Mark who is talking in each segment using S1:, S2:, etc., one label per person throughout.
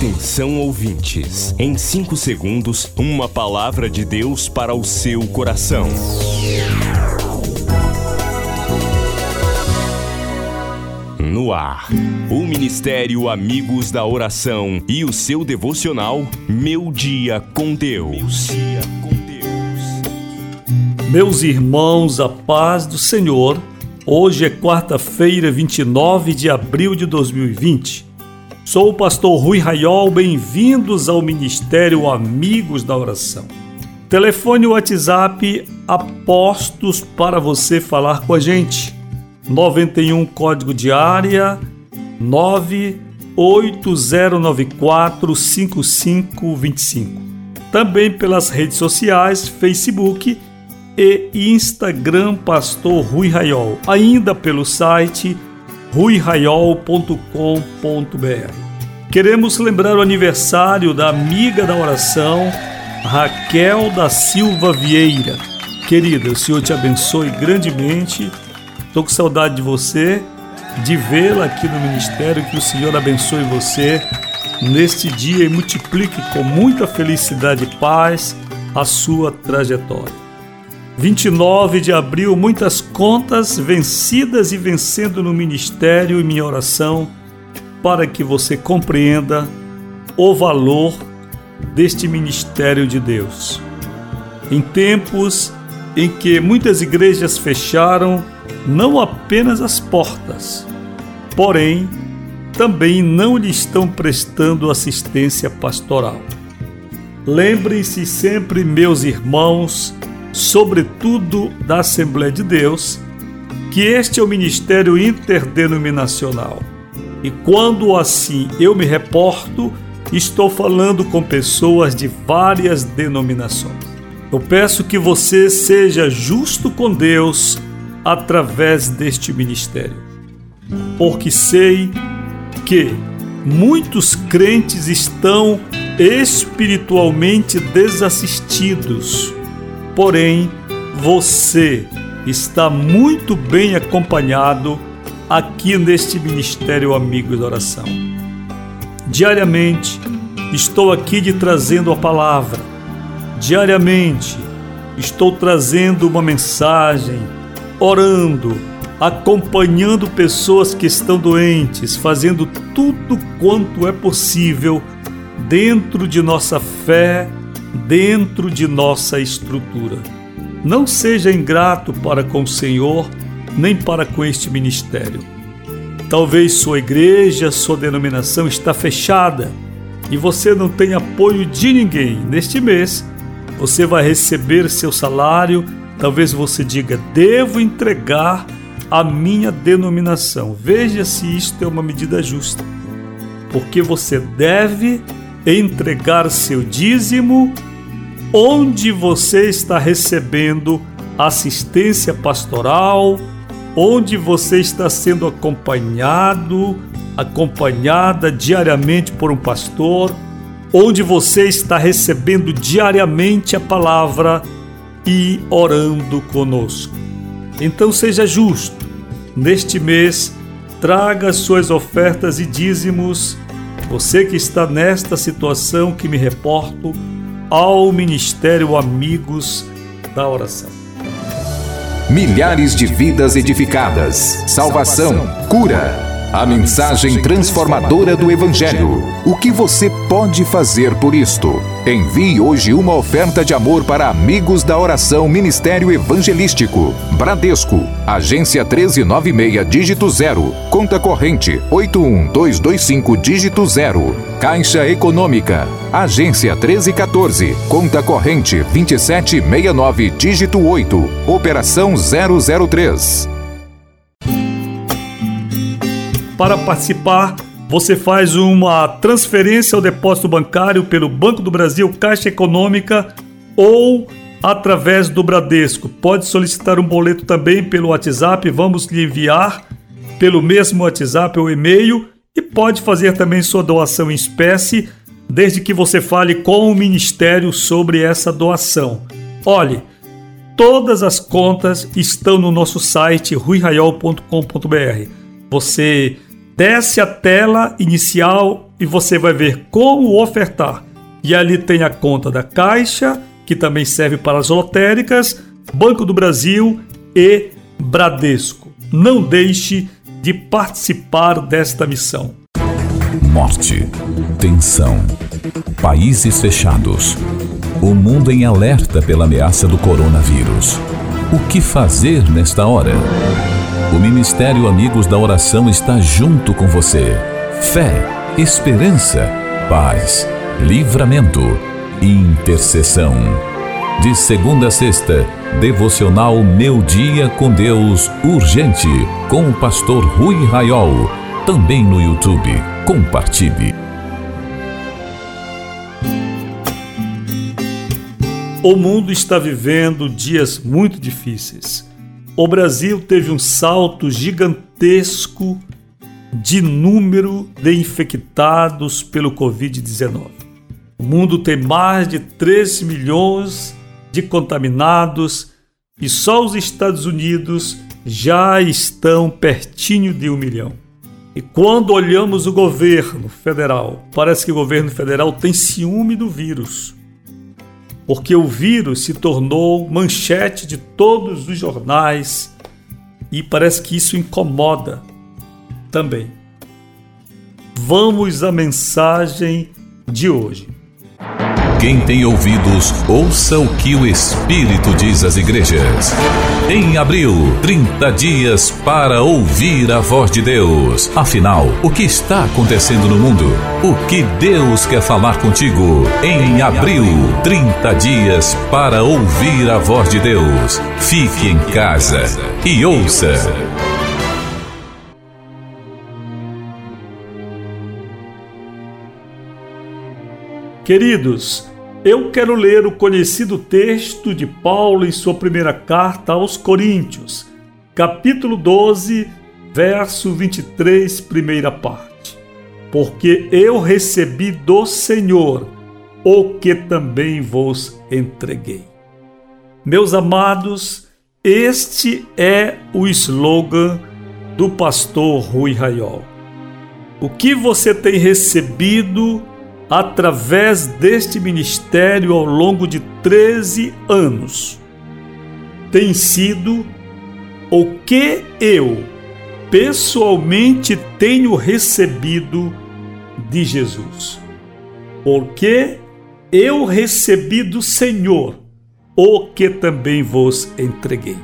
S1: Atenção, ouvintes. Em 5 segundos, uma palavra de Deus para o seu coração. No ar, o Ministério Amigos da Oração e o seu devocional Meu Dia com Deus.
S2: Meus irmãos, a paz do Senhor. Hoje é quarta-feira, 29 de abril de 2020. Sou o pastor Rui Raiol, bem-vindos ao Ministério Amigos da Oração. Telefone WhatsApp apostos para você falar com a gente. 91 código de área 980945525. Também pelas redes sociais, Facebook e Instagram, Pastor Rui Raiol. Ainda pelo site ruiraiol.com.br. Queremos lembrar o aniversário da amiga da oração, Raquel da Silva Vieira. Querida, o Senhor te abençoe grandemente. Estou com saudade de você, de vê-la aqui no ministério. Que o Senhor abençoe você neste dia e multiplique com muita felicidade e paz a sua trajetória. 29 de abril, muitas contas vencidas e vencendo no ministério, e minha oração para que você compreenda o valor deste ministério de Deus. Em tempos em que muitas igrejas fecharam não apenas as portas, porém também não lhe estão prestando assistência pastoral. Lembrem-se sempre, meus irmãos, sobretudo da Assembleia de Deus, que este é o ministério interdenominacional. E quando assim eu me reporto, estou falando com pessoas de várias denominações. Eu peço que você seja justo com Deus através deste ministério, porque sei que muitos crentes estão espiritualmente desassistidos. Porém, você está muito bem acompanhado aqui neste Ministério Amigos da Oração. Diariamente, estou aqui lhe trazendo a palavra. Diariamente, estou trazendo uma mensagem, orando, acompanhando pessoas que estão doentes, fazendo tudo quanto é possível dentro de nossa fé, dentro de nossa estrutura. Não seja ingrato para com o Senhor, nem para com este ministério. Talvez sua igreja, sua denominação está fechada e você não tem apoio de ninguém. Neste mês, você vai receber seu salário. Talvez você diga: devo entregar a minha denominação. Veja se isto é uma medida justa, porque você deve entregar seu dízimo onde você está recebendo assistência pastoral, onde você está sendo acompanhada diariamente por um pastor, onde você está recebendo diariamente a palavra e orando conosco. Então seja justo. Neste mês, traga suas ofertas e dízimos. Você que está nesta situação que me reporto, ao Ministério Amigos da Oração.
S3: Milhares de vidas edificadas, salvação, cura. A mensagem transformadora do Evangelho. O que você pode fazer por isto? Envie hoje uma oferta de amor para Amigos da Oração Ministério Evangelístico. Bradesco, agência 1396, dígito 0. Conta corrente 81225, dígito 0. Caixa Econômica, agência 1314. Conta corrente 2769, dígito 8. Operação 003.
S2: Para participar, você faz uma transferência ao depósito bancário pelo Banco do Brasil, Caixa Econômica ou através do Bradesco. Pode solicitar um boleto também pelo WhatsApp, vamos lhe enviar pelo mesmo WhatsApp ou e-mail, e pode fazer também sua doação em espécie, desde que você fale com o Ministério sobre essa doação. Olhe, todas as contas estão no nosso site ruiraiol.com.br. Você desce a tela inicial e você vai ver como ofertar. E ali tem a conta da Caixa, que também serve para as lotéricas, Banco do Brasil e Bradesco. Não deixe de participar desta missão.
S3: Morte, tensão, países fechados, o mundo em alerta pela ameaça do coronavírus. O que fazer nesta hora? O Ministério Amigos da Oração está junto com você. Fé, esperança, paz, livramento e intercessão. De segunda a sexta, devocional Meu Dia com Deus Urgente, com o pastor Rui Raiol, também no YouTube. Compartilhe.
S2: O mundo está vivendo dias muito difíceis. O Brasil teve um salto gigantesco de número de infectados pelo Covid-19. O mundo tem mais de 3 milhões de contaminados e só os Estados Unidos já estão pertinho de 1 milhão. E quando olhamos o governo federal, parece que o governo federal tem ciúme do vírus, porque o vírus se tornou manchete de todos os jornais e parece que isso incomoda também. Vamos à mensagem de hoje.
S3: Quem tem ouvidos, ouça o que o Espírito diz às igrejas. Em abril, 30 dias para ouvir a voz de Deus. Afinal, o que está acontecendo no mundo? O que Deus quer falar contigo? Em abril, 30 dias para ouvir a voz de Deus. Fique em casa e ouça.
S2: Queridos, eu quero ler o conhecido texto de Paulo em sua primeira carta aos Coríntios, capítulo 12, verso 23, primeira parte. Porque eu recebi do Senhor o que também vos entreguei. Meus amados, este é o slogan do pastor Rui Raiol. O que você tem recebido através deste ministério ao longo de 13 anos tem sido o que eu pessoalmente tenho recebido de Jesus. Porque eu recebi do Senhor o que também vos entreguei.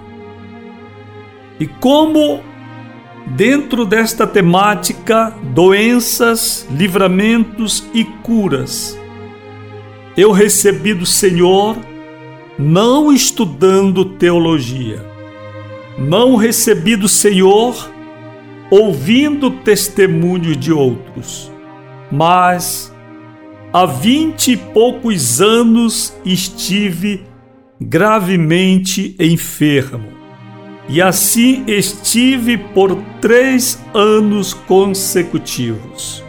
S2: E como dentro desta temática, doenças, livramentos e curas, eu recebi do Senhor não estudando teologia, não recebi do Senhor ouvindo testemunhos de outros, mas há 20 e poucos anos estive gravemente enfermo. E assim estive por 3 anos consecutivos.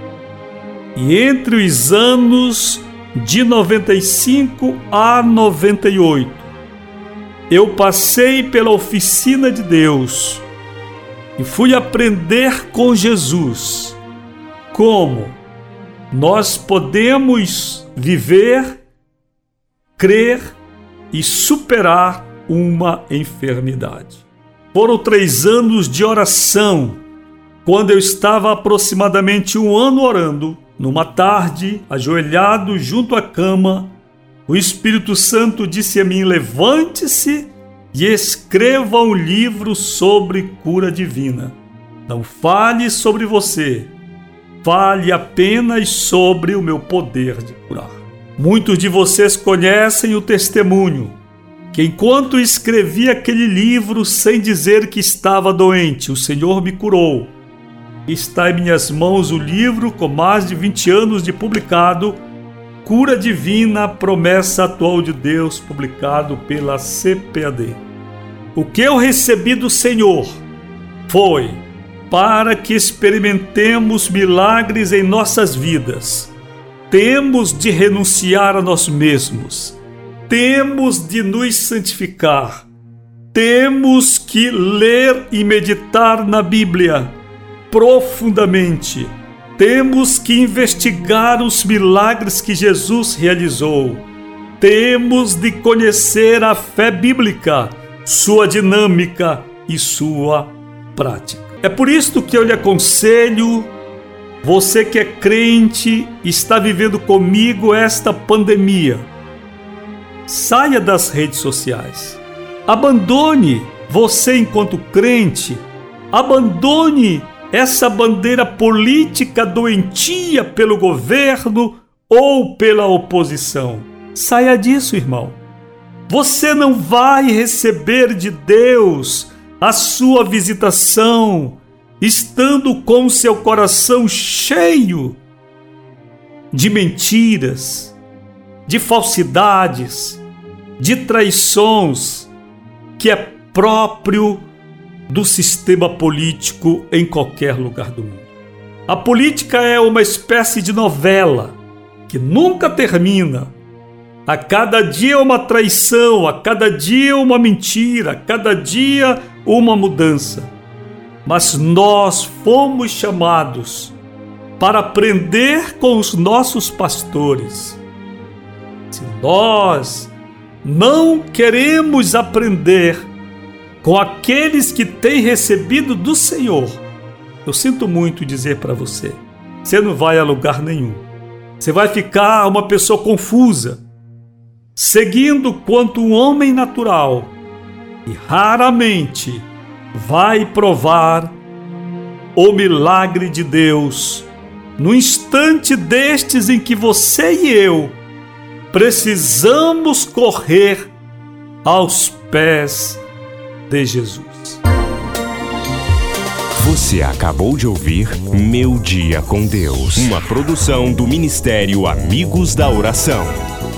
S2: E entre os anos de 95 a 98, eu passei pela oficina de Deus e fui aprender com Jesus como nós podemos viver, crer e superar uma enfermidade. Foram 3 anos de oração. Quando eu estava aproximadamente 1 ano orando, numa tarde, ajoelhado junto à cama, o Espírito Santo disse a mim: levante-se e escreva um livro sobre cura divina. Não fale sobre você, fale apenas sobre o meu poder de curar. Muitos de vocês conhecem o testemunho que enquanto escrevi aquele livro sem dizer que estava doente, o Senhor me curou. Está em minhas mãos o livro com mais de 20 anos de publicado, Cura Divina, Promessa Atual de Deus, publicado pela CPAD. O que eu recebi do Senhor foi para que experimentemos milagres em nossas vidas. Temos de renunciar a nós mesmos. Temos de nos santificar. Temos que ler e meditar na Bíblia profundamente Temos que investigar os milagres que Jesus realizou. Temos de conhecer a fé bíblica, sua dinâmica e sua prática. É por isso que eu lhe aconselho, você que é crente, está vivendo comigo esta pandemia. Saia das redes sociais. Abandone, você enquanto crente, abandone essa bandeira política doentia pelo governo ou pela oposição. Saia disso, irmão. Você não vai receber de Deus a sua visitação estando com seu coração cheio de mentiras, de falsidades, de traições, que é próprio do sistema político em qualquer lugar do mundo. A política é uma espécie de novela que nunca termina. A cada dia uma traição, a cada dia uma mentira, a cada dia uma mudança. Mas nós fomos chamados para aprender com os nossos pastores. Se nós não queremos aprender com aqueles que têm recebido do Senhor, eu sinto muito dizer para você, você não vai a lugar nenhum. Você vai ficar uma pessoa confusa, seguindo quanto um homem natural, e raramente vai provar o milagre de Deus no instante destes em que você e eu precisamos correr aos pés de Jesus.
S1: Você acabou de ouvir Meu Dia com Deus, uma produção do Ministério Amigos da Oração.